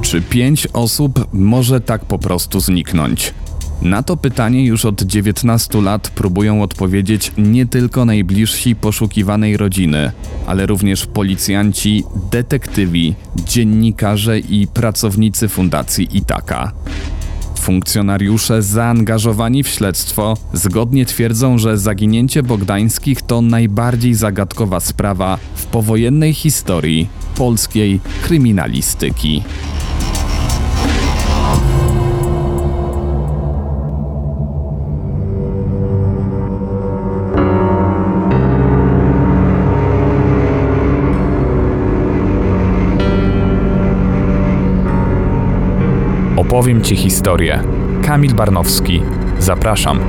Czy 5 osób może tak po prostu zniknąć? Na to pytanie już od 19 lat próbują odpowiedzieć nie tylko najbliżsi poszukiwanej rodziny, ale również policjanci, detektywi, dziennikarze i pracownicy Fundacji Ithaca. Funkcjonariusze zaangażowani w śledztwo zgodnie twierdzą, że zaginięcie Bogdańskich to najbardziej zagadkowa sprawa w powojennej historii polskiej kryminalistyki. Opowiem Ci historię. Kamil Barnowski. Zapraszam.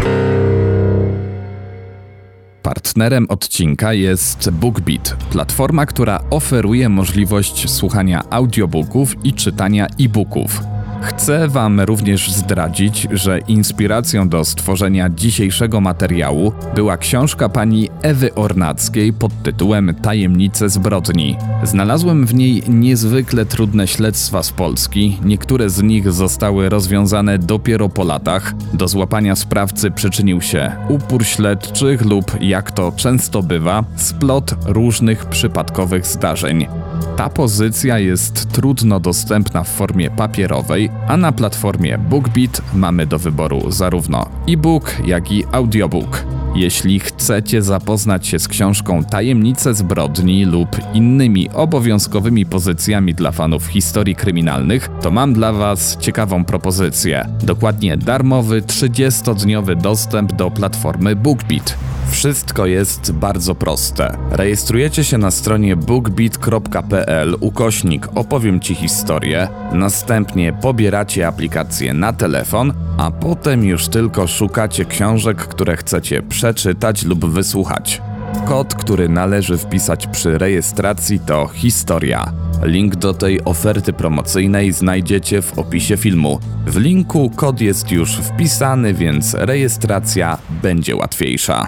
Partnerem odcinka jest BookBeat, platforma, która oferuje możliwość słuchania audiobooków i czytania e-booków. Chcę Wam również zdradzić, że inspiracją do stworzenia dzisiejszego materiału była książka pani Ewy Ornackiej pod tytułem Tajemnice zbrodni. Znalazłem w niej niezwykle trudne śledztwa z Polski, niektóre z nich zostały rozwiązane dopiero po latach. Do złapania sprawcy przyczynił się upór śledczych lub, jak to często bywa, splot różnych przypadkowych zdarzeń. Ta pozycja jest trudno dostępna w formie papierowej, a na platformie BookBeat mamy do wyboru zarówno e-book, jak i audiobook. Jeśli chcecie zapoznać się z książką Tajemnice zbrodni lub innymi obowiązkowymi pozycjami dla fanów historii kryminalnych, to mam dla Was ciekawą propozycję. Dokładnie darmowy 30-dniowy dostęp do platformy BookBeat. Wszystko jest bardzo proste. Rejestrujecie się na stronie bookbeat.pl/opowiem Ci historię, następnie pobieracie aplikację na telefon, a potem już tylko szukacie książek, które chcecie przeczytać lub wysłuchać. Kod, który należy wpisać przy rejestracji, to historia. Link do tej oferty promocyjnej znajdziecie w opisie filmu. W linku kod jest już wpisany, więc rejestracja będzie łatwiejsza.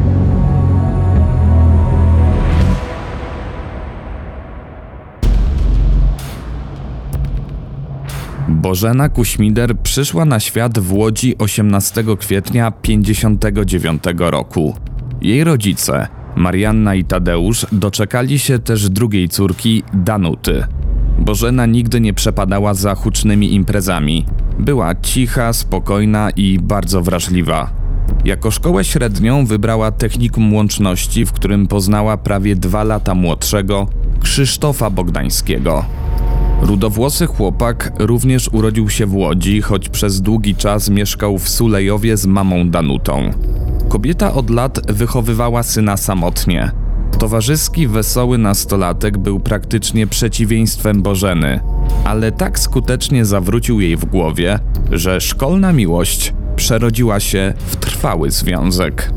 Bożena Kuśmider przyszła na świat w Łodzi 18 kwietnia 1959 roku. Jej rodzice, Marianna i Tadeusz, doczekali się też drugiej córki, Danuty. Bożena nigdy nie przepadała za hucznymi imprezami. Była cicha, spokojna i bardzo wrażliwa. Jako szkołę średnią wybrała technikum łączności, w którym poznała prawie 2 lata młodszego Krzysztofa Bogdańskiego. Rudowłosy chłopak również urodził się w Łodzi, choć przez długi czas mieszkał w Sulejowie z mamą Danutą. Kobieta od lat wychowywała syna samotnie. Towarzyski, wesoły nastolatek był praktycznie przeciwieństwem Bożeny, ale tak skutecznie zawrócił jej w głowie, że szkolna miłość przerodziła się w trwały związek.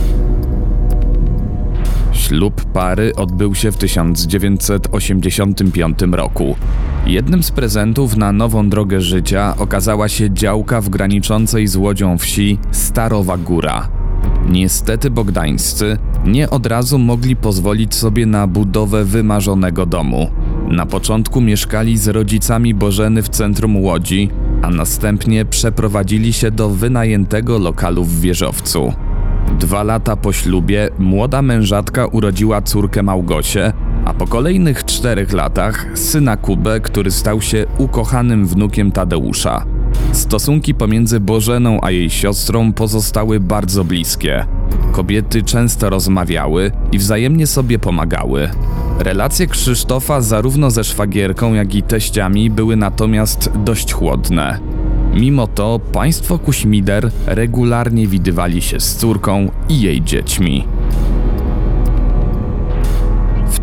Ślub pary odbył się w 1985 roku. Jednym z prezentów na nową drogę życia okazała się działka w graniczącej z Łodzią wsi Starowa Góra. Niestety Bogdańscy nie od razu mogli pozwolić sobie na budowę wymarzonego domu. Na początku mieszkali z rodzicami Bożeny w centrum Łodzi, a następnie przeprowadzili się do wynajętego lokalu w Wieżowcu. 2 lata po ślubie młoda mężatka urodziła córkę Małgosię, a po kolejnych 4 latach syna Kubę, który stał się ukochanym wnukiem Tadeusza. Stosunki pomiędzy Bożeną a jej siostrą pozostały bardzo bliskie. Kobiety często rozmawiały i wzajemnie sobie pomagały. Relacje Krzysztofa zarówno ze szwagierką, jak i teściami były natomiast dość chłodne. Mimo to państwo Kuśmider regularnie widywali się z córką i jej dziećmi. W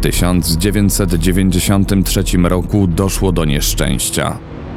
1993 roku doszło do nieszczęścia.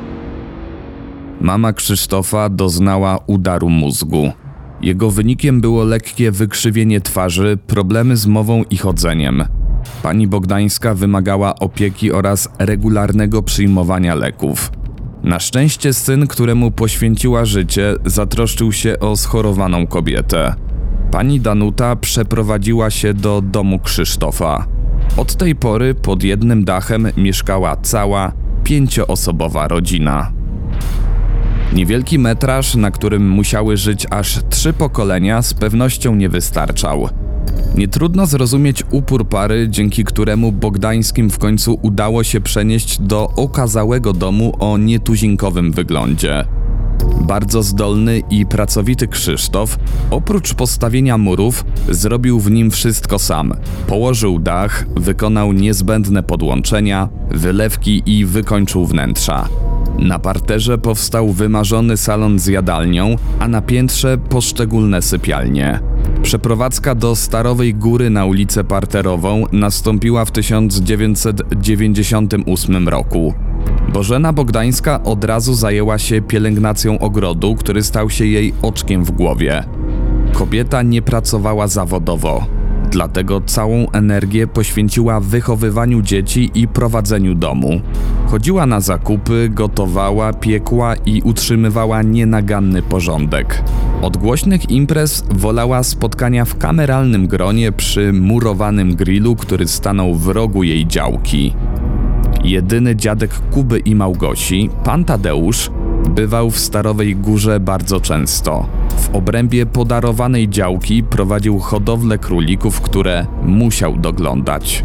Mama Krzysztofa doznała udaru mózgu. Jego wynikiem było lekkie wykrzywienie twarzy, problemy z mową i chodzeniem. Pani Bogdańska wymagała opieki oraz regularnego przyjmowania leków. Na szczęście syn, któremu poświęciła życie, zatroszczył się o schorowaną kobietę. Pani Danuta przeprowadziła się do domu Krzysztofa. Od tej pory pod jednym dachem mieszkała cała, 5-osobowa rodzina. Niewielki metraż, na którym musiały żyć aż 3 pokolenia, z pewnością nie wystarczał. Nie trudno zrozumieć upór pary, dzięki któremu Bogdańskim w końcu udało się przenieść do okazałego domu o nietuzinkowym wyglądzie. Bardzo zdolny i pracowity Krzysztof, oprócz postawienia murów, zrobił w nim wszystko sam. Położył dach, wykonał niezbędne podłączenia, wylewki i wykończył wnętrza. Na parterze powstał wymarzony salon z jadalnią, a na piętrze poszczególne sypialnie. Przeprowadzka do Starowej Góry na ulicę Parterową nastąpiła w 1998 roku. Bożena Bogdańska od razu zajęła się pielęgnacją ogrodu, który stał się jej oczkiem w głowie. Kobieta nie pracowała zawodowo, dlatego całą energię poświęciła wychowywaniu dzieci i prowadzeniu domu. Chodziła na zakupy, gotowała, piekła i utrzymywała nienaganny porządek. Od głośnych imprez wolała spotkania w kameralnym gronie przy murowanym grillu, który stanął w rogu jej działki. Jedyny dziadek Kuby i Małgosi, pan Tadeusz, bywał w Starowej Górze bardzo często. W obrębie podarowanej działki prowadził hodowlę królików, które musiał doglądać.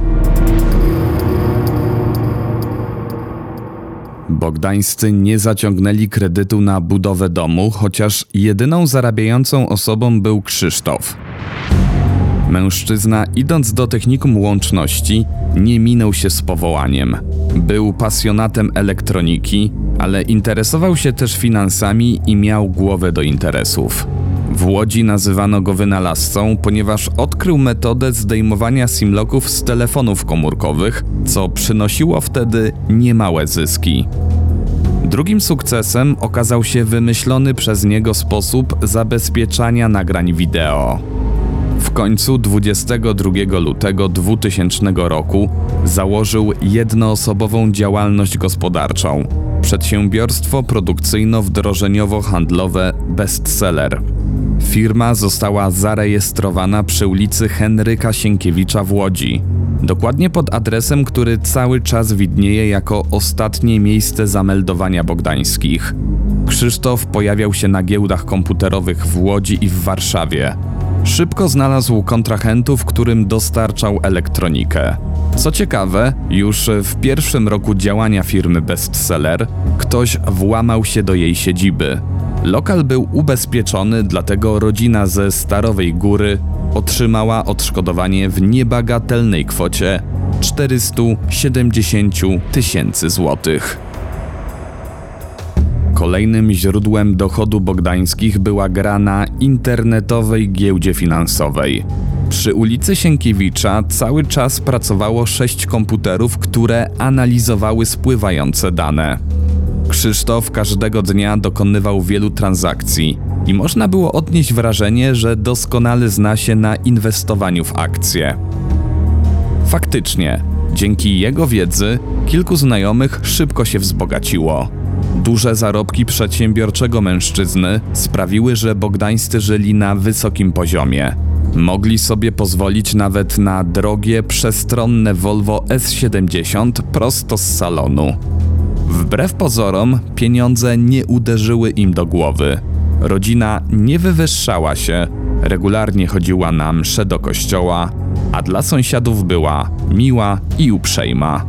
Bogdańscy nie zaciągnęli kredytu na budowę domu, chociaż jedyną zarabiającą osobą był Krzysztof. Mężczyzna, idąc do technikum łączności, nie minął się z powołaniem. Był pasjonatem elektroniki, ale interesował się też finansami i miał głowę do interesów. W Łodzi nazywano go wynalazcą, ponieważ odkrył metodę zdejmowania simlocków z telefonów komórkowych, co przynosiło wtedy niemałe zyski. Drugim sukcesem okazał się wymyślony przez niego sposób zabezpieczania nagrań wideo. W końcu 22 lutego 2000 roku założył jednoosobową działalność gospodarczą – przedsiębiorstwo produkcyjno-wdrożeniowo-handlowe Bestseller. Firma została zarejestrowana przy ulicy Henryka Sienkiewicza w Łodzi, dokładnie pod adresem, który cały czas widnieje jako ostatnie miejsce zameldowania Bogdańskich. Krzysztof pojawiał się na giełdach komputerowych w Łodzi i w Warszawie. Szybko znalazł kontrahentów, którym dostarczał elektronikę. Co ciekawe, już w pierwszym roku działania firmy Bestseller ktoś włamał się do jej siedziby. Lokal był ubezpieczony, dlatego rodzina ze Starowej Góry otrzymała odszkodowanie w niebagatelnej kwocie 470 000 złotych. Kolejnym źródłem dochodu Bogdańskich była gra na internetowej giełdzie finansowej. Przy ulicy Sienkiewicza cały czas pracowało 6 komputerów, które analizowały spływające dane. Krzysztof każdego dnia dokonywał wielu transakcji i można było odnieść wrażenie, że doskonale zna się na inwestowaniu w akcje. Faktycznie, dzięki jego wiedzy kilku znajomych szybko się wzbogaciło. Duże zarobki przedsiębiorczego mężczyzny sprawiły, że Bogdańscy żyli na wysokim poziomie. Mogli sobie pozwolić nawet na drogie, przestronne Volvo S70 prosto z salonu. Wbrew pozorom, pieniądze nie uderzyły im do głowy. Rodzina nie wywyższała się, regularnie chodziła na msze do kościoła, a dla sąsiadów była miła i uprzejma.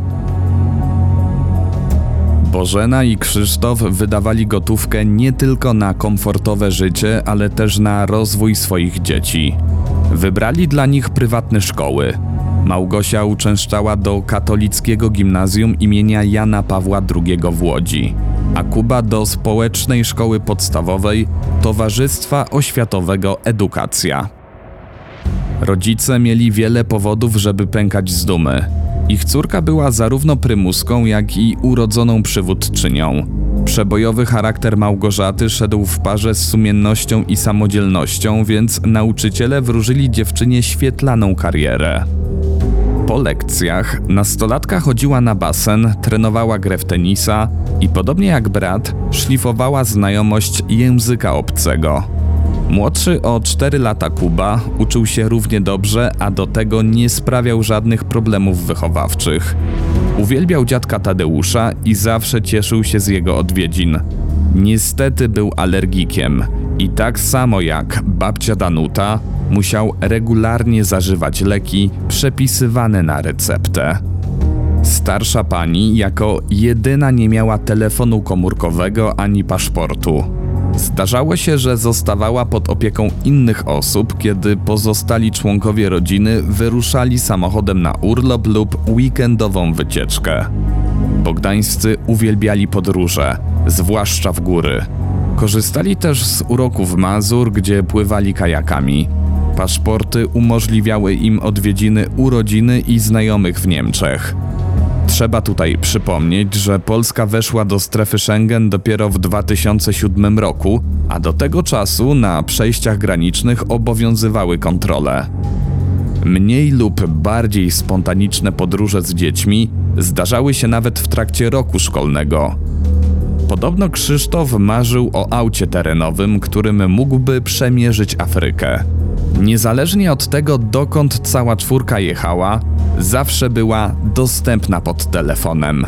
Bożena i Krzysztof wydawali gotówkę nie tylko na komfortowe życie, ale też na rozwój swoich dzieci. Wybrali dla nich prywatne szkoły. Małgosia uczęszczała do katolickiego gimnazjum imienia Jana Pawła II w Łodzi, a Kuba do społecznej szkoły podstawowej Towarzystwa Oświatowego Edukacja. Rodzice mieli wiele powodów, żeby pękać z dumy. Ich córka była zarówno prymuską, jak i urodzoną przywódczynią. Przebojowy charakter Małgorzaty szedł w parze z sumiennością i samodzielnością, więc nauczyciele wróżyli dziewczynie świetlaną karierę. Po lekcjach nastolatka chodziła na basen, trenowała grę w tenisa i podobnie jak brat, szlifowała znajomość języka obcego. Młodszy o 4 lata Kuba uczył się równie dobrze, a do tego nie sprawiał żadnych problemów wychowawczych. Uwielbiał dziadka Tadeusza i zawsze cieszył się z jego odwiedzin. Niestety był alergikiem i tak samo jak babcia Danuta musiał regularnie zażywać leki przepisywane na receptę. Starsza pani jako jedyna nie miała telefonu komórkowego ani paszportu. Zdarzało się, że zostawała pod opieką innych osób, kiedy pozostali członkowie rodziny wyruszali samochodem na urlop lub weekendową wycieczkę. Bogdańscy uwielbiali podróże, zwłaszcza w góry. Korzystali też z uroków Mazur, gdzie pływali kajakami. Paszporty umożliwiały im odwiedziny u rodziny i znajomych w Niemczech. Trzeba tutaj przypomnieć, że Polska weszła do strefy Schengen dopiero w 2007 roku, a do tego czasu na przejściach granicznych obowiązywały kontrole. Mniej lub bardziej spontaniczne podróże z dziećmi zdarzały się nawet w trakcie roku szkolnego. Podobno Krzysztof marzył o aucie terenowym, którym mógłby przemierzyć Afrykę. Niezależnie od tego, dokąd cała czwórka jechała, zawsze była dostępna pod telefonem.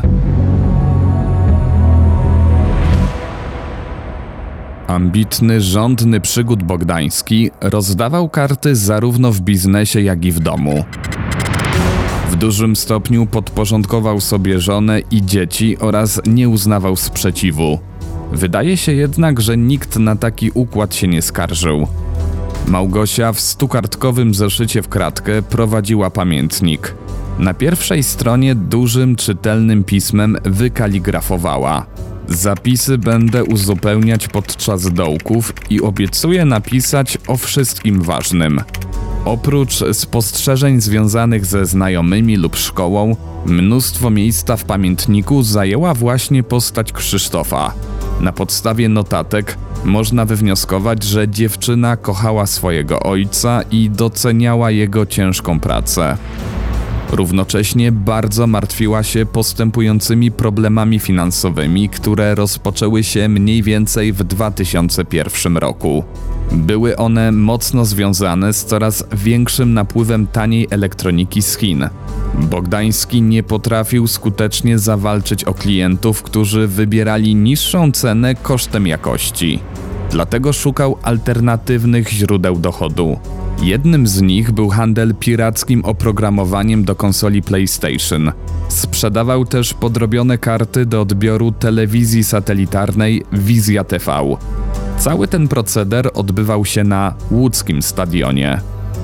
Ambitny, żądny przygód Bogdański rozdawał karty zarówno w biznesie, jak i w domu. W dużym stopniu podporządkował sobie żonę i dzieci oraz nie uznawał sprzeciwu. Wydaje się jednak, że nikt na taki układ się nie skarżył. Małgosia w 100-kartkowym zeszycie w kratkę prowadziła pamiętnik. Na pierwszej stronie dużym, czytelnym pismem wykaligrafowała: zapisy będę uzupełniać podczas dołków i obiecuję napisać o wszystkim ważnym. Oprócz spostrzeżeń związanych ze znajomymi lub szkołą, mnóstwo miejsca w pamiętniku zajęła właśnie postać Krzysztofa. Na podstawie notatek można wywnioskować, że dziewczyna kochała swojego ojca i doceniała jego ciężką pracę. Równocześnie bardzo martwiła się postępującymi problemami finansowymi, które rozpoczęły się mniej więcej w 2001 roku. Były one mocno związane z coraz większym napływem taniej elektroniki z Chin. Bogdański nie potrafił skutecznie zawalczyć o klientów, którzy wybierali niższą cenę kosztem jakości. Dlatego szukał alternatywnych źródeł dochodu. Jednym z nich był handel pirackim oprogramowaniem do konsoli PlayStation. Sprzedawał też podrobione karty do odbioru telewizji satelitarnej Wizja TV. Cały ten proceder odbywał się na łódzkim stadionie.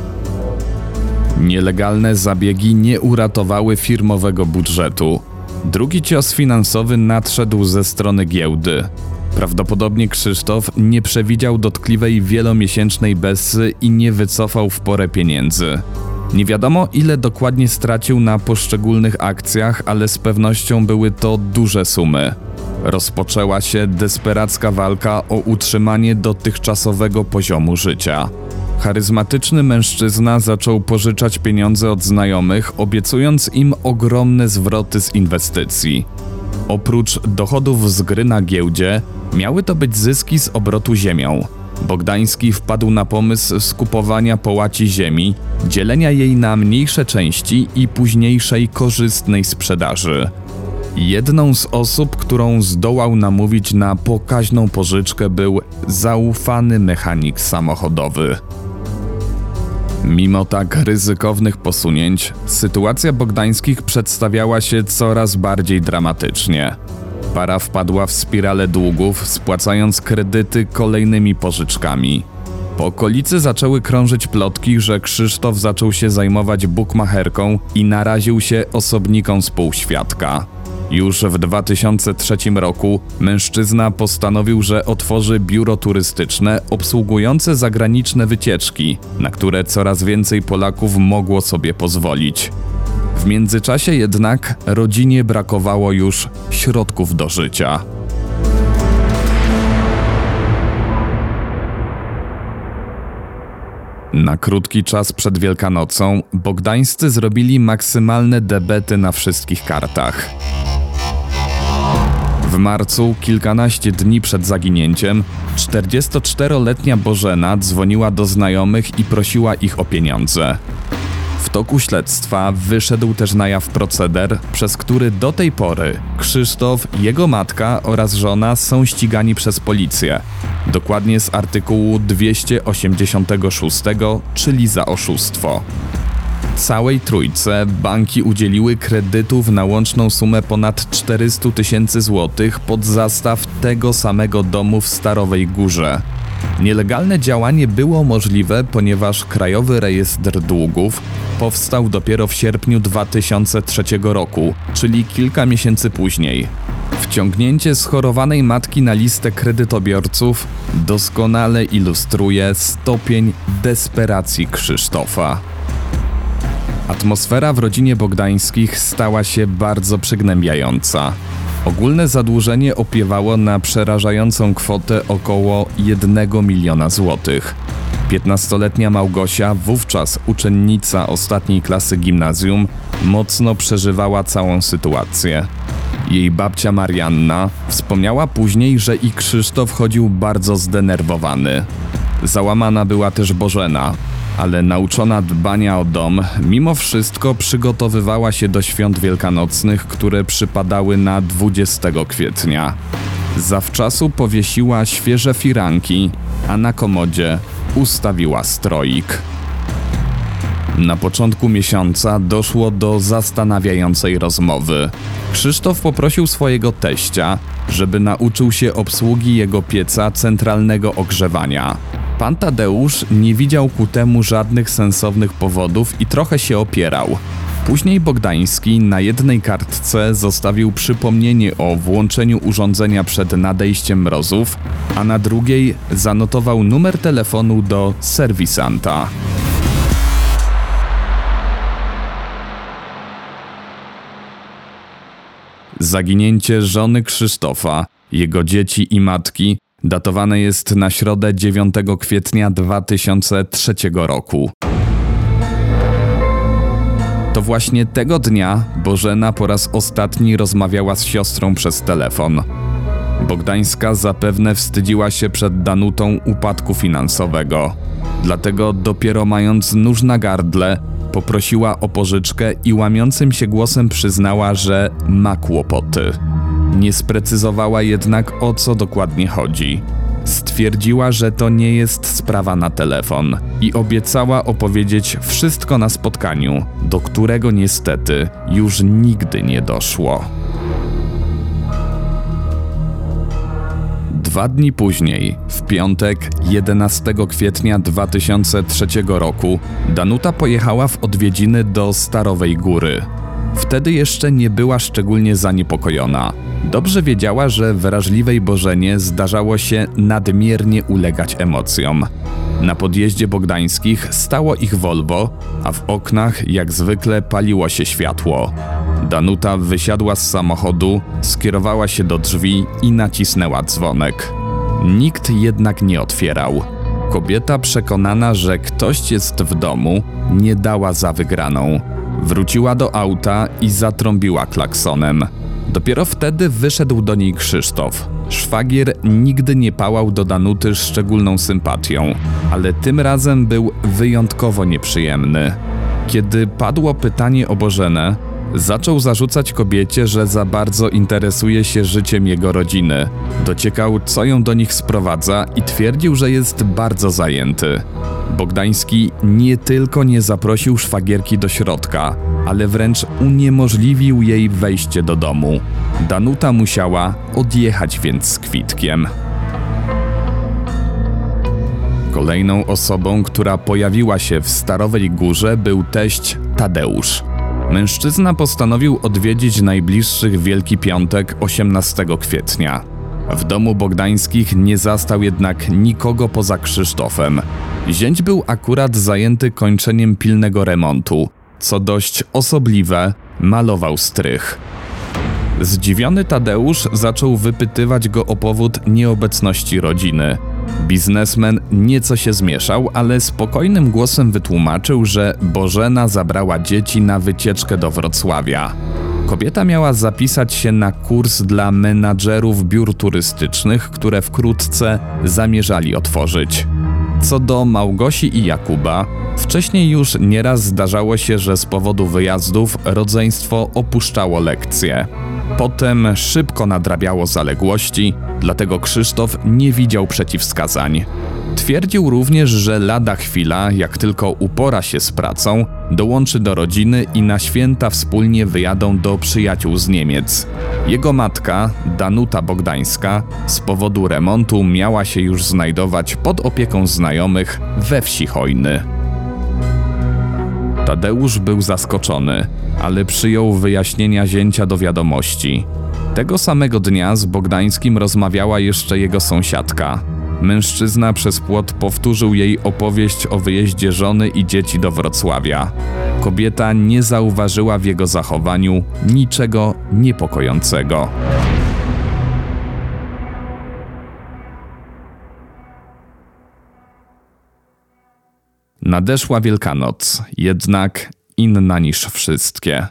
Nielegalne zabiegi nie uratowały firmowego budżetu. Drugi cios finansowy nadszedł ze strony giełdy. Prawdopodobnie Krzysztof nie przewidział dotkliwej wielomiesięcznej bessy i nie wycofał w porę pieniędzy. Nie wiadomo, ile dokładnie stracił na poszczególnych akcjach, ale z pewnością były to duże sumy. Rozpoczęła się desperacka walka o utrzymanie dotychczasowego poziomu życia. Charyzmatyczny mężczyzna zaczął pożyczać pieniądze od znajomych, obiecując im ogromne zwroty z inwestycji. Oprócz dochodów z gry na giełdzie, miały to być zyski z obrotu ziemią. Bogdański wpadł na pomysł skupowania połaci ziemi, dzielenia jej na mniejsze części i późniejszej korzystnej sprzedaży. Jedną z osób, którą zdołał namówić na pokaźną pożyczkę, był zaufany mechanik samochodowy. Mimo tak ryzykownych posunięć, sytuacja Bogdańskich przedstawiała się coraz bardziej dramatycznie. Para wpadła w spiralę długów, spłacając kredyty kolejnymi pożyczkami. Po okolicy zaczęły krążyć plotki, że Krzysztof zaczął się zajmować bukmacherką i naraził się osobnikom spółświadka. Już w 2003 roku mężczyzna postanowił, że otworzy biuro turystyczne obsługujące zagraniczne wycieczki, na które coraz więcej Polaków mogło sobie pozwolić. W międzyczasie jednak rodzinie brakowało już środków do życia. Na krótki czas przed Wielkanocą Bogdańscy zrobili maksymalne debety na wszystkich kartach. W marcu, kilkanaście dni przed zaginięciem, 44-letnia Bożena dzwoniła do znajomych i prosiła ich o pieniądze. W toku śledztwa wyszedł też na jaw proceder, przez który do tej pory Krzysztof, jego matka oraz żona są ścigani przez policję. Dokładnie z artykułu 286, czyli za oszustwo. Całej trójce banki udzieliły kredytów na łączną sumę ponad 400 000 złotych pod zastaw tego samego domu w Starowej Górze. Nielegalne działanie było możliwe, ponieważ Krajowy Rejestr Długów powstał dopiero w sierpniu 2003 roku, czyli kilka miesięcy później. Wciągnięcie schorowanej matki na listę kredytobiorców doskonale ilustruje stopień desperacji Krzysztofa. Atmosfera w rodzinie Bogdańskich stała się bardzo przygnębiająca. Ogólne zadłużenie opiewało na przerażającą kwotę około 1 miliona złotych. 15-letnia Małgosia, wówczas uczennica ostatniej klasy gimnazjum, mocno przeżywała całą sytuację. Jej babcia Marianna wspomniała później, że i Krzysztof chodził bardzo zdenerwowany. Załamana była też Bożena, ale nauczona dbania o dom, mimo wszystko przygotowywała się do świąt wielkanocnych, które przypadały na 20 kwietnia. Zawczasu powiesiła świeże firanki, a na komodzie ustawiła stroik. Na początku miesiąca doszło do zastanawiającej rozmowy. Krzysztof poprosił swojego teścia, żeby nauczył się obsługi jego pieca centralnego ogrzewania. Pan Tadeusz nie widział ku temu żadnych sensownych powodów i trochę się opierał. Później Bogdański na jednej kartce zostawił przypomnienie o włączeniu urządzenia przed nadejściem mrozów, a na drugiej zanotował numer telefonu do serwisanta. Zaginięcie żony Krzysztofa, jego dzieci i matki datowane jest na środę 9 kwietnia 2003 roku. To właśnie tego dnia Bożena po raz ostatni rozmawiała z siostrą przez telefon. Bogdańska zapewne wstydziła się przed Danutą upadku finansowego. Dlatego dopiero mając nóż na gardle, poprosiła o pożyczkę i łamiącym się głosem przyznała, że ma kłopoty. Nie sprecyzowała jednak, o co dokładnie chodzi. Stwierdziła, że to nie jest sprawa na telefon i obiecała opowiedzieć wszystko na spotkaniu, do którego niestety już nigdy nie doszło. 2 dni później, w piątek 11 kwietnia 2003 roku, Danuta pojechała w odwiedziny do Starowej Góry. Wtedy jeszcze nie była szczególnie zaniepokojona. Dobrze wiedziała, że wrażliwej Bożenie zdarzało się nadmiernie ulegać emocjom. Na podjeździe Bogdańskich stało ich Volvo, a w oknach jak zwykle paliło się światło. Danuta wysiadła z samochodu, skierowała się do drzwi i nacisnęła dzwonek. Nikt jednak nie otwierał. Kobieta, przekonana, że ktoś jest w domu, nie dała za wygraną. Wróciła do auta i zatrąbiła klaksonem. Dopiero wtedy wyszedł do niej Krzysztof. Szwagier nigdy nie pałał do Danuty szczególną sympatią, ale tym razem był wyjątkowo nieprzyjemny. Kiedy padło pytanie o Bożenę, zaczął zarzucać kobiecie, że za bardzo interesuje się życiem jego rodziny. Dociekał, co ją do nich sprowadza i twierdził, że jest bardzo zajęty. Bogdański nie tylko nie zaprosił szwagierki do środka, ale wręcz uniemożliwił jej wejście do domu. Danuta musiała odjechać więc z kwitkiem. Kolejną osobą, która pojawiła się w Starowej Górze, był teść Tadeusz. Mężczyzna postanowił odwiedzić najbliższych Wielki Piątek 18 kwietnia. W domu Bogdańskich nie zastał jednak nikogo poza Krzysztofem. Zięć był akurat zajęty kończeniem pilnego remontu. Co dość osobliwe, malował strych. Zdziwiony Tadeusz zaczął wypytywać go o powód nieobecności rodziny. Biznesmen nieco się zmieszał, ale spokojnym głosem wytłumaczył, że Bożena zabrała dzieci na wycieczkę do Wrocławia. Kobieta miała zapisać się na kurs dla menadżerów biur turystycznych, które wkrótce zamierzali otworzyć. Co do Małgosi i Jakuba, wcześniej już nieraz zdarzało się, że z powodu wyjazdów rodzeństwo opuszczało lekcje. Potem szybko nadrabiało zaległości, dlatego Krzysztof nie widział przeciwwskazań. Twierdził również, że lada chwila, jak tylko upora się z pracą, dołączy do rodziny i na święta wspólnie wyjadą do przyjaciół z Niemiec. Jego matka, Danuta Bogdańska, z powodu remontu miała się już znajdować pod opieką znajomych we wsi Chojny. Tadeusz był zaskoczony, ale przyjął wyjaśnienia zięcia do wiadomości. Tego samego dnia z Bogdańskim rozmawiała jeszcze jego sąsiadka. Mężczyzna przez płot powtórzył jej opowieść o wyjeździe żony i dzieci do Wrocławia. Kobieta nie zauważyła w jego zachowaniu niczego niepokojącego. Nadeszła Wielkanoc, jednak inna niż wszystkie.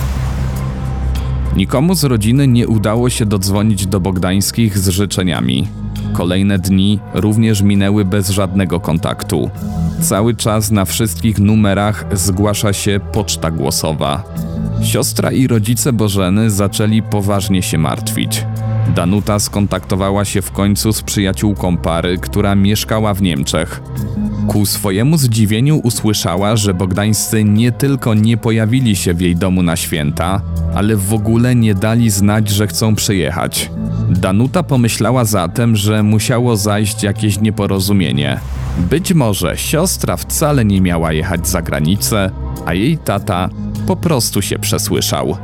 Nikomu z rodziny nie udało się dodzwonić do Bogdańskich z życzeniami. Kolejne dni również minęły bez żadnego kontaktu. Cały czas na wszystkich numerach zgłasza się poczta głosowa. Siostra i rodzice Bożeny zaczęli poważnie się martwić. Danuta skontaktowała się w końcu z przyjaciółką pary, która mieszkała w Niemczech. Ku swojemu zdziwieniu usłyszała, że Bogdańscy nie tylko nie pojawili się w jej domu na święta, ale w ogóle nie dali znać, że chcą przyjechać. Danuta pomyślała zatem, że musiało zajść jakieś nieporozumienie. Być może siostra wcale nie miała jechać za granicę, a jej tata po prostu się przesłyszał.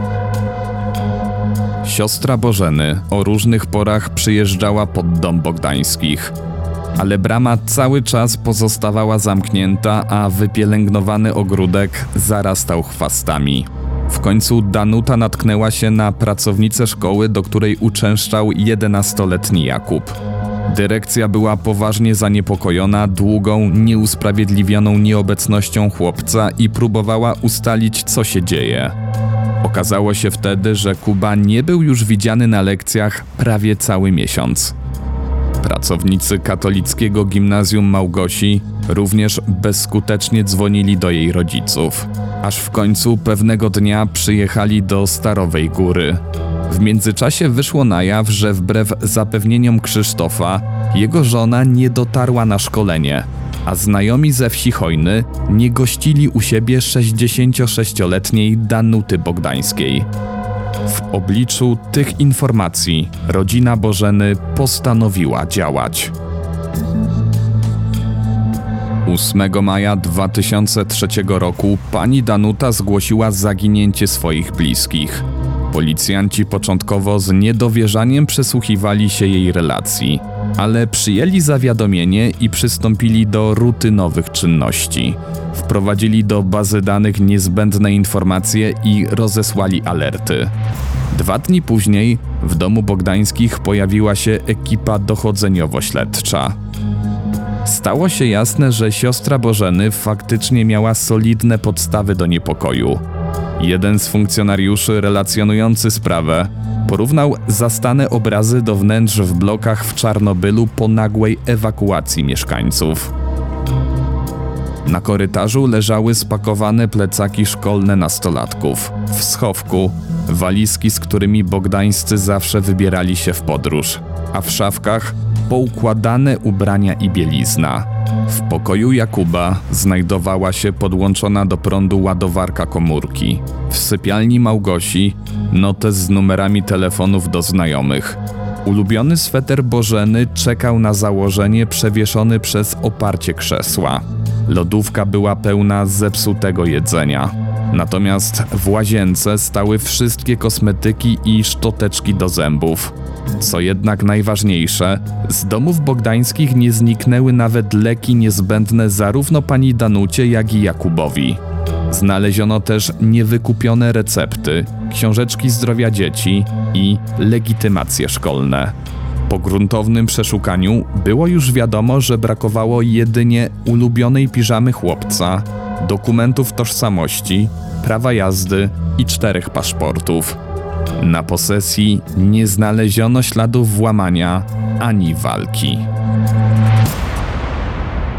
Siostra Bożeny o różnych porach przyjeżdżała pod dom Bogdańskich. Ale brama cały czas pozostawała zamknięta, a wypielęgnowany ogródek zarastał chwastami. W końcu Danuta natknęła się na pracownicę szkoły, do której uczęszczał 11-letni Jakub. Dyrekcja była poważnie zaniepokojona długą, nieusprawiedliwioną nieobecnością chłopca i próbowała ustalić, co się dzieje. Okazało się wtedy, że Kuba nie był już widziany na lekcjach prawie cały miesiąc. Pracownicy katolickiego gimnazjum Małgosi również bezskutecznie dzwonili do jej rodziców, aż w końcu pewnego dnia przyjechali do Starowej Góry. W międzyczasie wyszło na jaw, że wbrew zapewnieniom Krzysztofa, jego żona nie dotarła na szkolenie, a znajomi ze wsi Chojny nie gościli u siebie 66-letniej Danuty Bogdańskiej. W obliczu tych informacji rodzina Bożeny postanowiła działać. 8 maja 2003 roku pani Danuta zgłosiła zaginięcie swoich bliskich. Policjanci początkowo z niedowierzaniem przysłuchiwali się jej relacji, ale przyjęli zawiadomienie i przystąpili do rutynowych czynności. Wprowadzili do bazy danych niezbędne informacje i rozesłali alerty. 2 dni później w domu Bogdańskich pojawiła się ekipa dochodzeniowo-śledcza. Stało się jasne, że siostra Bożeny faktycznie miała solidne podstawy do niepokoju. Jeden z funkcjonariuszy relacjonujący sprawę porównał zastane obrazy do wnętrz w blokach w Czarnobylu po nagłej ewakuacji mieszkańców. Na korytarzu leżały spakowane plecaki szkolne nastolatków. W schowku walizki, z którymi Bogdańscy zawsze wybierali się w podróż, a w szafkach poukładane ubrania i bielizna. W pokoju Jakuba znajdowała się podłączona do prądu ładowarka komórki. W sypialni Małgosi notes z numerami telefonów do znajomych. Ulubiony sweter Bożeny czekał na założenie przewieszony przez oparcie krzesła. Lodówka była pełna zepsutego jedzenia. Natomiast w łazience stały wszystkie kosmetyki i szczoteczki do zębów. Co jednak najważniejsze, z domów Bogdańskich nie zniknęły nawet leki niezbędne zarówno pani Danucie, jak i Jakubowi. Znaleziono też niewykupione recepty, książeczki zdrowia dzieci i legitymacje szkolne. Po gruntownym przeszukaniu było już wiadomo, że brakowało jedynie ulubionej piżamy chłopca, dokumentów tożsamości, prawa jazdy i 4 paszportów. Na posesji nie znaleziono śladów włamania ani walki.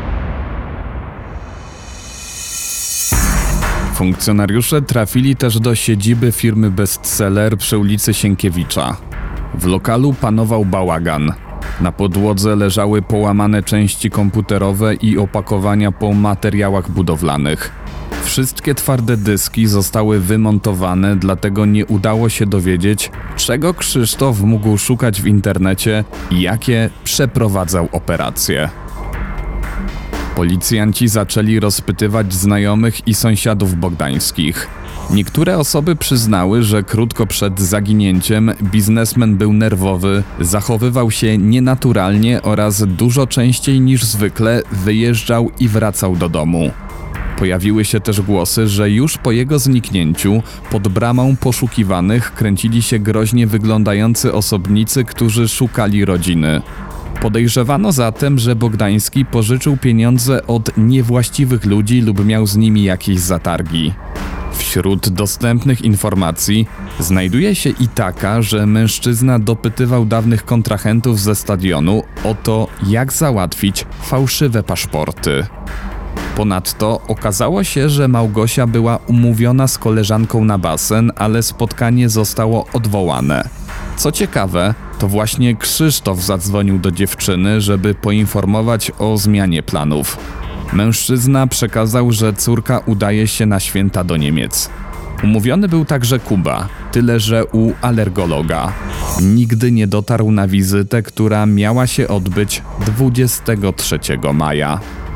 Funkcjonariusze trafili też do siedziby firmy Bestseller przy ulicy Sienkiewicza. W lokalu panował bałagan. Na podłodze leżały połamane części komputerowe i opakowania po materiałach budowlanych. Wszystkie twarde dyski zostały wymontowane, dlatego nie udało się dowiedzieć, czego Krzysztof mógł szukać w internecie i jakie przeprowadzał operacje. Policjanci zaczęli rozpytywać znajomych i sąsiadów bogdańskich. Niektóre osoby przyznały, że krótko przed zaginięciem biznesmen był nerwowy, zachowywał się nienaturalnie oraz dużo częściej niż zwykle wyjeżdżał i wracał do domu. Pojawiły się też głosy, że już po jego zniknięciu pod bramą poszukiwanych kręcili się groźnie wyglądający osobnicy, którzy szukali rodziny. Podejrzewano zatem, że Bogdański pożyczył pieniądze od niewłaściwych ludzi lub miał z nimi jakieś zatargi. Wśród dostępnych informacji znajduje się i taka, że mężczyzna dopytywał dawnych kontrahentów ze stadionu o to, jak załatwić fałszywe paszporty. Ponadto okazało się, że Małgosia była umówiona z koleżanką na basen, ale spotkanie zostało odwołane. Co ciekawe, to właśnie Krzysztof zadzwonił do dziewczyny, żeby poinformować o zmianie planów. Mężczyzna przekazał, że córka udaje się na święta do Niemiec. Umówiony był także Kuba, tyle że u alergologa. Nigdy nie dotarł na wizytę, która miała się odbyć 23 maja.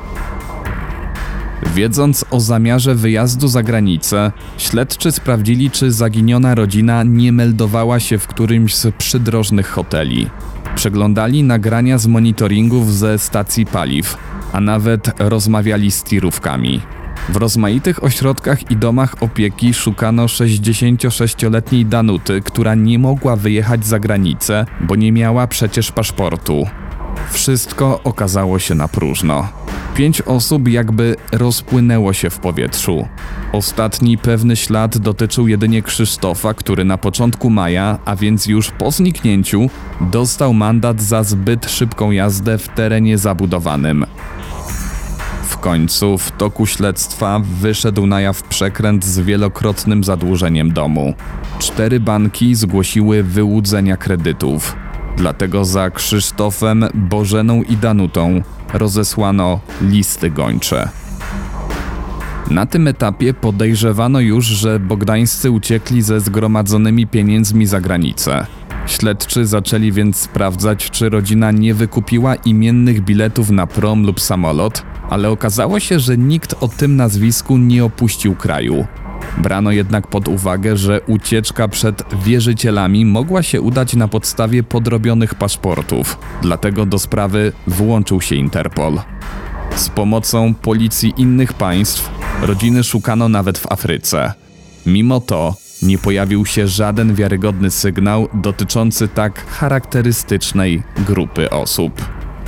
Wiedząc o zamiarze wyjazdu za granicę, śledczy sprawdzili, czy zaginiona rodzina nie meldowała się w którymś z przydrożnych hoteli. Przeglądali nagrania z monitoringów ze stacji paliw, a nawet rozmawiali z tirówkami. W rozmaitych ośrodkach i domach opieki szukano 66-letniej Danuty, która nie mogła wyjechać za granicę, bo nie miała przecież paszportu. Wszystko okazało się na próżno. 5 osób jakby rozpłynęło się w powietrzu. Ostatni pewny ślad dotyczył jedynie Krzysztofa, który na początku maja, a więc już po zniknięciu, dostał mandat za zbyt szybką jazdę w terenie zabudowanym. W końcu w toku śledztwa wyszedł na jaw przekręt z wielokrotnym zadłużeniem domu. 4 banki zgłosiły wyłudzenia kredytów. Dlatego za Krzysztofem, Bożeną i Danutą rozesłano listy gończe. Na tym etapie podejrzewano już, że bogdańscy uciekli ze zgromadzonymi pieniędzmi za granicę. Śledczy zaczęli więc sprawdzać, czy rodzina nie wykupiła imiennych biletów na prom lub samolot, ale okazało się, że nikt o tym nazwisku nie opuścił kraju. Brano jednak pod uwagę, że ucieczka przed wierzycielami mogła się udać na podstawie podrobionych paszportów, dlatego do sprawy włączył się Interpol. Z pomocą policji innych państw rodziny szukano nawet w Afryce. Mimo to nie pojawił się żaden wiarygodny sygnał dotyczący tak charakterystycznej grupy osób.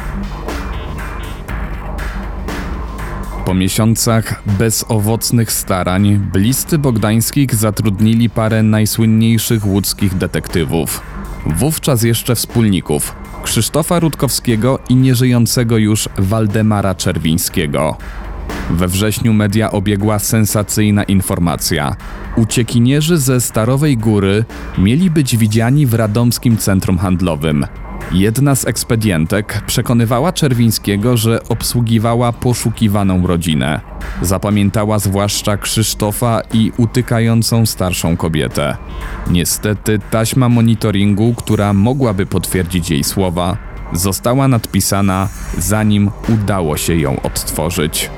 Po miesiącach bezowocnych starań bliscy Bogdańskich zatrudnili parę najsłynniejszych łódzkich detektywów. Wówczas jeszcze wspólników Krzysztofa Rutkowskiego i nieżyjącego już Waldemara Czerwińskiego. We wrześniu media obiegła sensacyjna informacja. Uciekinierzy ze Starowej Góry mieli być widziani w radomskim centrum handlowym. Jedna z ekspedientek przekonywała Czerwińskiego, że obsługiwała poszukiwaną rodzinę. Zapamiętała zwłaszcza Krzysztofa i utykającą starszą kobietę. Niestety taśma monitoringu, która mogłaby potwierdzić jej słowa, została nadpisana, zanim udało się ją odtworzyć.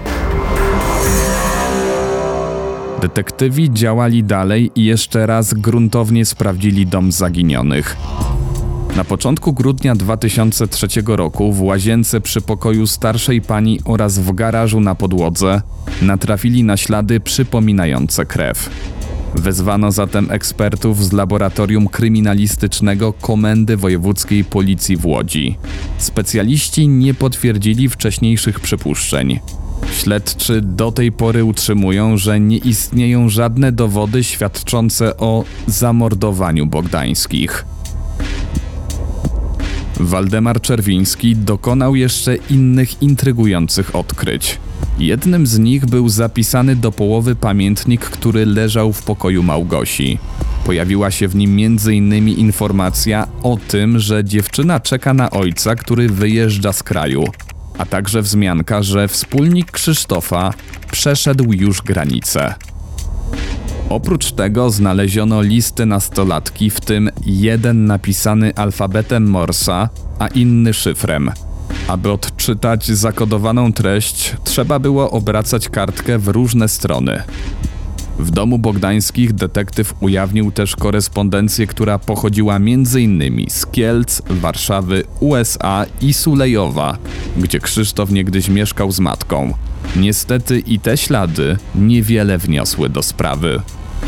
Detektywi działali dalej i jeszcze raz gruntownie sprawdzili dom zaginionych. Na początku grudnia 2003 roku w łazience przy pokoju starszej pani oraz w garażu na podłodze natrafili na ślady przypominające krew. Wezwano zatem ekspertów z laboratorium kryminalistycznego Komendy Wojewódzkiej Policji w Łodzi. Specjaliści nie potwierdzili wcześniejszych przypuszczeń. Śledczy do tej pory utrzymują, że nie istnieją żadne dowody świadczące o zamordowaniu Bogdańskich. Waldemar Czerwiński dokonał jeszcze innych intrygujących odkryć. Jednym z nich był zapisany do połowy pamiętnik, który leżał w pokoju Małgosi. Pojawiła się w nim m.in. informacja o tym, że dziewczyna czeka na ojca, który wyjeżdża z kraju, a także wzmianka, że wspólnik Krzysztofa przeszedł już granicę. Oprócz tego znaleziono listy nastolatki, w tym jeden napisany alfabetem Morsa, a inny szyfrem. Aby odczytać zakodowaną treść, trzeba było obracać kartkę w różne strony. W domu Bogdańskich detektyw ujawnił też korespondencję, która pochodziła m.in. z Kielc, Warszawy, USA i Sulejowa, gdzie Krzysztof niegdyś mieszkał z matką. Niestety i te ślady niewiele wniosły do sprawy.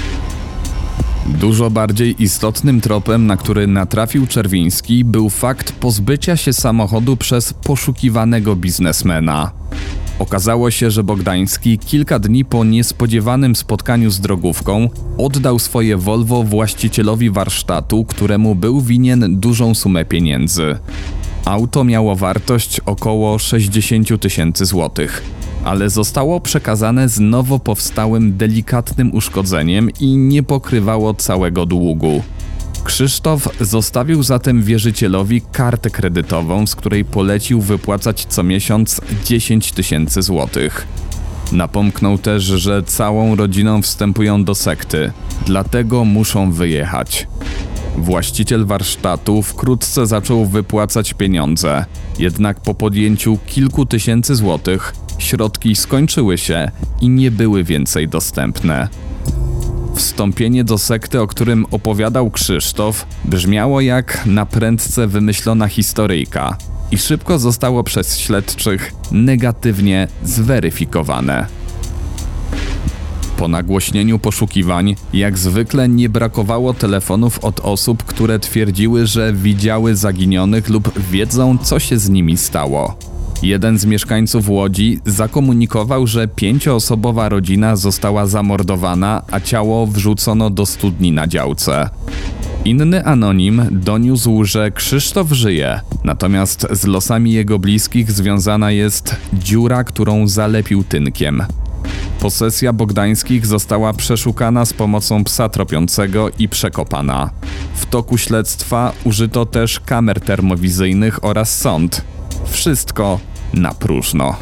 Dużo bardziej istotnym tropem, na który natrafił Czerwiński, był fakt pozbycia się samochodu przez poszukiwanego biznesmena. Okazało się, że Bogdański kilka dni po niespodziewanym spotkaniu z drogówką oddał swoje Volvo właścicielowi warsztatu, któremu był winien dużą sumę pieniędzy. Auto miało wartość około 60 000 złotych, ale zostało przekazane z nowo powstałym delikatnym uszkodzeniem i nie pokrywało całego długu. Krzysztof zostawił zatem wierzycielowi kartę kredytową, z której polecił wypłacać co miesiąc 10 000 złotych. Napomknął też, że całą rodziną wstępują do sekty, dlatego muszą wyjechać. Właściciel warsztatu wkrótce zaczął wypłacać pieniądze, jednak po podjęciu kilku tysięcy złotych środki skończyły się i nie były więcej dostępne. Wstąpienie do sekty, o którym opowiadał Krzysztof, brzmiało jak na prędce wymyślona historyjka i szybko zostało przez śledczych negatywnie zweryfikowane. Po nagłośnieniu poszukiwań, jak zwykle nie brakowało telefonów od osób, które twierdziły, że widziały zaginionych lub wiedzą, co się z nimi stało. Jeden z mieszkańców Łodzi zakomunikował, że 5-osobowa rodzina została zamordowana, a ciało wrzucono do studni na działce. Inny anonim doniósł, że Krzysztof żyje, natomiast z losami jego bliskich związana jest dziura, którą zalepił tynkiem. Posesja Bogdańskich została przeszukana z pomocą psa tropiącego i przekopana. W toku śledztwa użyto też kamer termowizyjnych oraz sond. Wszystko na próżno.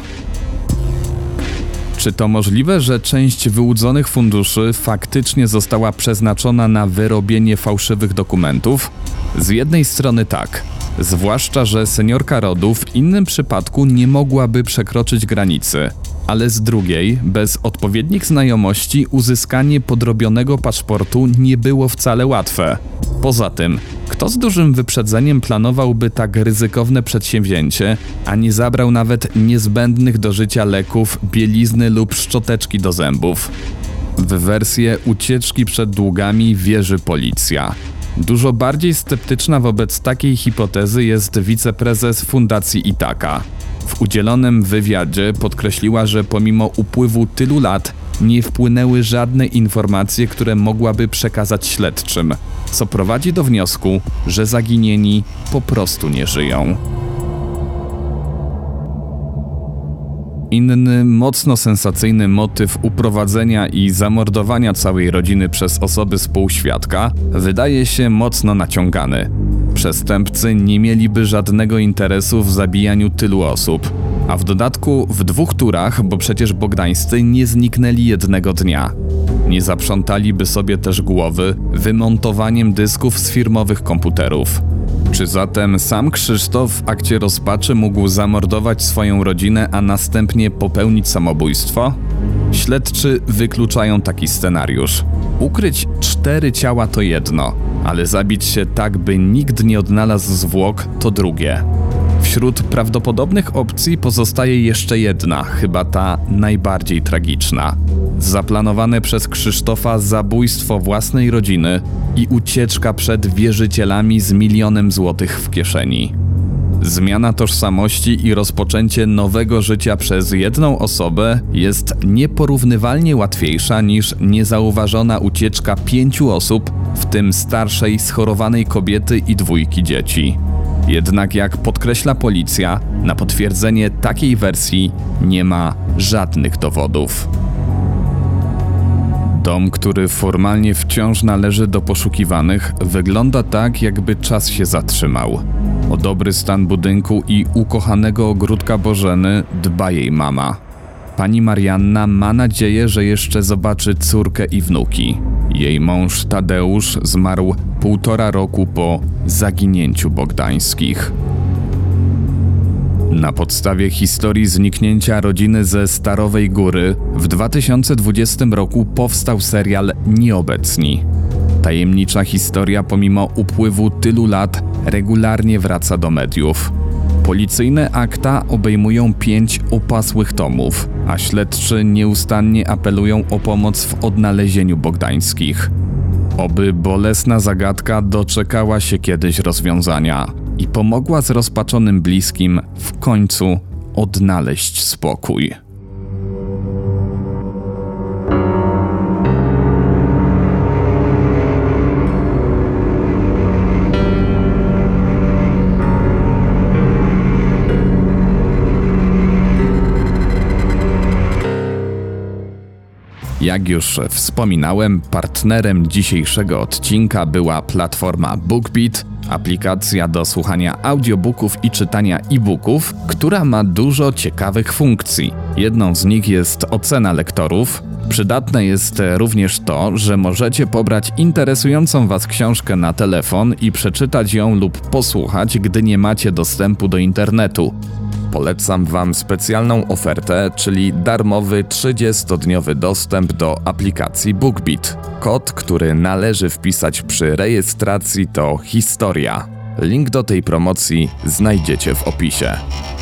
Czy to możliwe, że część wyłudzonych funduszy faktycznie została przeznaczona na wyrobienie fałszywych dokumentów? Z jednej strony tak, zwłaszcza, że seniorka rodu w innym przypadku nie mogłaby przekroczyć granicy, ale z drugiej, bez odpowiednich znajomości uzyskanie podrobionego paszportu nie było wcale łatwe. Poza tym, kto z dużym wyprzedzeniem planowałby tak ryzykowne przedsięwzięcie, a nie zabrał nawet niezbędnych do życia leków, bielizny lub szczoteczki do zębów? W wersję ucieczki przed długami wierzy policja. Dużo bardziej sceptyczna wobec takiej hipotezy jest wiceprezes Fundacji Itaka. W udzielonym wywiadzie podkreśliła, że pomimo upływu tylu lat nie wpłynęły żadne informacje, które mogłaby przekazać śledczym, co prowadzi do wniosku, że zaginieni po prostu nie żyją. Inny, mocno sensacyjny motyw uprowadzenia i zamordowania całej rodziny przez osoby współświadka wydaje się mocno naciągany. Przestępcy nie mieliby żadnego interesu w zabijaniu tylu osób, a w dodatku w 2 turach, bo przecież Bogdańscy nie zniknęli jednego dnia. Nie zaprzątaliby sobie też głowy wymontowaniem dysków z firmowych komputerów. Czy zatem sam Krzysztof w akcie rozpaczy mógł zamordować swoją rodzinę, a następnie popełnić samobójstwo? Śledczy wykluczają taki scenariusz. Ukryć 4 ciała to jedno, ale zabić się tak, by nikt nie odnalazł zwłok, to drugie. Wśród prawdopodobnych opcji pozostaje jeszcze jedna, chyba ta najbardziej tragiczna. Zaplanowane przez Krzysztofa zabójstwo własnej rodziny i ucieczka przed wierzycielami z 1 000 000 złotych w kieszeni. Zmiana tożsamości i rozpoczęcie nowego życia przez jedną osobę jest nieporównywalnie łatwiejsza niż niezauważona ucieczka 5 osób, w tym starszej, schorowanej kobiety i 2 dzieci. Jednak jak podkreśla policja, na potwierdzenie takiej wersji nie ma żadnych dowodów. Dom, który formalnie wciąż należy do poszukiwanych, wygląda tak, jakby czas się zatrzymał. O dobry stan budynku i ukochanego ogródka Bożeny dba jej mama. Pani Marianna ma nadzieję, że jeszcze zobaczy córkę i wnuki. Jej mąż Tadeusz zmarł 1,5 roku po zaginięciu Bogdańskich. Na podstawie historii zniknięcia rodziny ze Starowej Góry w 2020 roku powstał serial Nieobecni. Tajemnicza historia pomimo upływu tylu lat regularnie wraca do mediów. Policyjne akta obejmują 5 opasłych tomów, a śledczy nieustannie apelują o pomoc w odnalezieniu Bogdańskich. Oby bolesna zagadka doczekała się kiedyś rozwiązania i pomogła zrozpaczonym bliskim w końcu odnaleźć spokój. Jak już wspominałem, partnerem dzisiejszego odcinka była platforma BookBeat, aplikacja do słuchania audiobooków i czytania e-booków, która ma dużo ciekawych funkcji. Jedną z nich jest ocena lektorów. Przydatne jest również to, że możecie pobrać interesującą Was książkę na telefon i przeczytać ją lub posłuchać, gdy nie macie dostępu do internetu. Polecam Wam specjalną ofertę, czyli darmowy 30-dniowy dostęp do aplikacji BookBeat. Kod, który należy wpisać przy rejestracji, to HISTORIA. Link do tej promocji znajdziecie w opisie.